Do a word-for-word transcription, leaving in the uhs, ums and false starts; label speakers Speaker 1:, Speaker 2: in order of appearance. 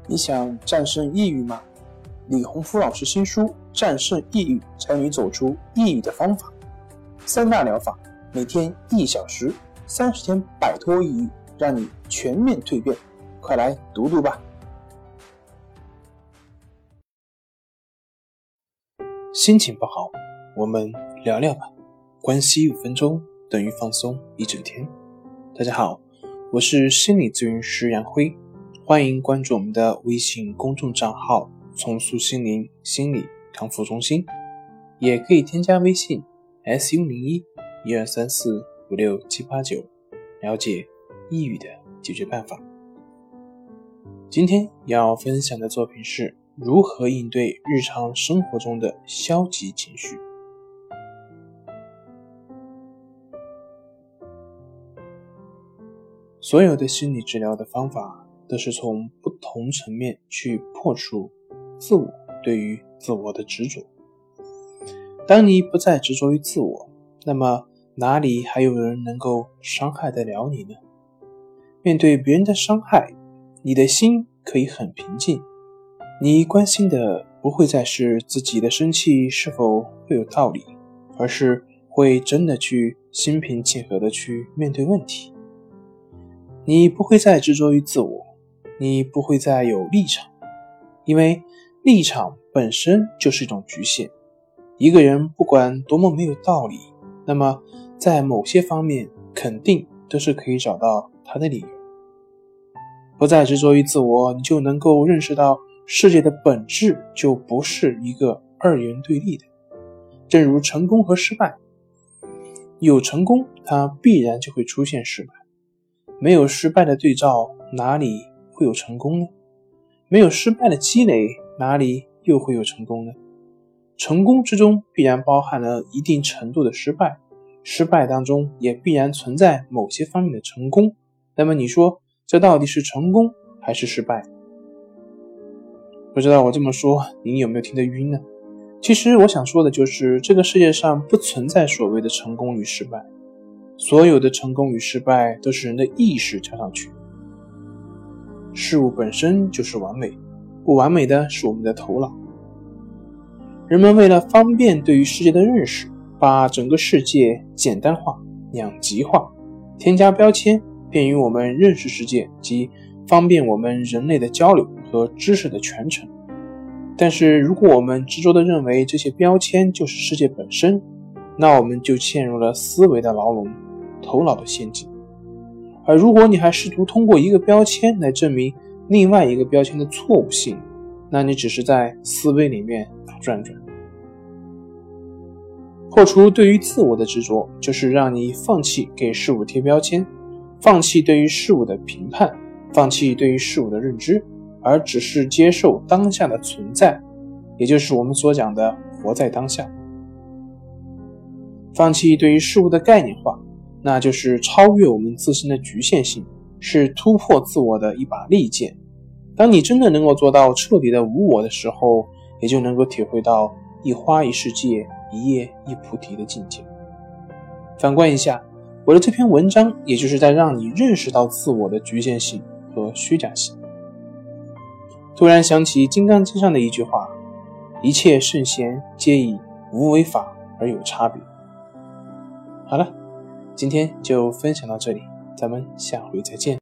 Speaker 1: 你想战胜抑郁吗？李洪福老师新书《战胜抑郁》教你走出抑郁的方法，三大疗法，每天一小时，三十天摆脱抑郁，让你全面蜕变。快来读读吧。心情不好，我们聊聊吧。关系五分钟等于放松一整天。大家好，我是心理咨询师杨辉，欢迎关注我们的微信公众账号重塑心灵心理康复中心，也可以添加微信 S 一零一 一二三四五六七八九，了解抑郁的解决办法。今天要分享的作品是如何应对日常生活中的消极情绪。所有的心理治疗的方法都是从不同层面去破除自我对于自我的执着。当你不再执着于自我，那么哪里还有人能够伤害得了你呢？面对别人的伤害，你的心可以很平静，你关心的不会再是自己的生气是否会有道理，而是会真的去心平气和的去面对问题。你不会再执着于自我，你不会再有立场，因为立场本身就是一种局限。一个人不管多么没有道理，那么在某些方面肯定都是可以找到他的理由。不再执着于自我，你就能够认识到世界的本质就不是一个二元对立的。正如成功和失败，有成功它必然就会出现失败，没有失败的对照，哪里会有成功呢？没有失败的积累，哪里又会有成功呢？成功之中必然包含了一定程度的失败，失败当中也必然存在某些方面的成功。那么你说这到底是成功还是失败？不知道我这么说您有没有听得晕呢？其实我想说的就是这个世界上不存在所谓的成功与失败，所有的成功与失败都是人的意识加上去。事物本身就是完美，不完美的是我们的头脑。人们为了方便对于世界的认识，把整个世界简单化、两极化，添加标签，便于我们认识世界及方便我们人类的交流和知识的传承。但是如果我们执着地认为这些标签就是世界本身，那我们就陷入了思维的牢笼，头脑的陷阱。而如果你还试图通过一个标签来证明另外一个标签的错误性，那你只是在思维里面打转转。破除对于自我的执着，就是让你放弃给事物贴标签，放弃对于事物的评判，放弃对于事物的认知，而只是接受当下的存在，也就是我们所讲的活在当下。放弃对于事物的概念化，那就是超越我们自身的局限性，是突破自我的一把利剑。当你真的能够做到彻底的无我的时候，也就能够体会到一花一世界，一叶一菩提的境界。反观一下，我的这篇文章也就是在让你认识到自我的局限性和虚假性。突然想起《金刚经》上的一句话，一切圣贤皆以无为法而有差别。好了，今天就分享到这里，咱们下回再见。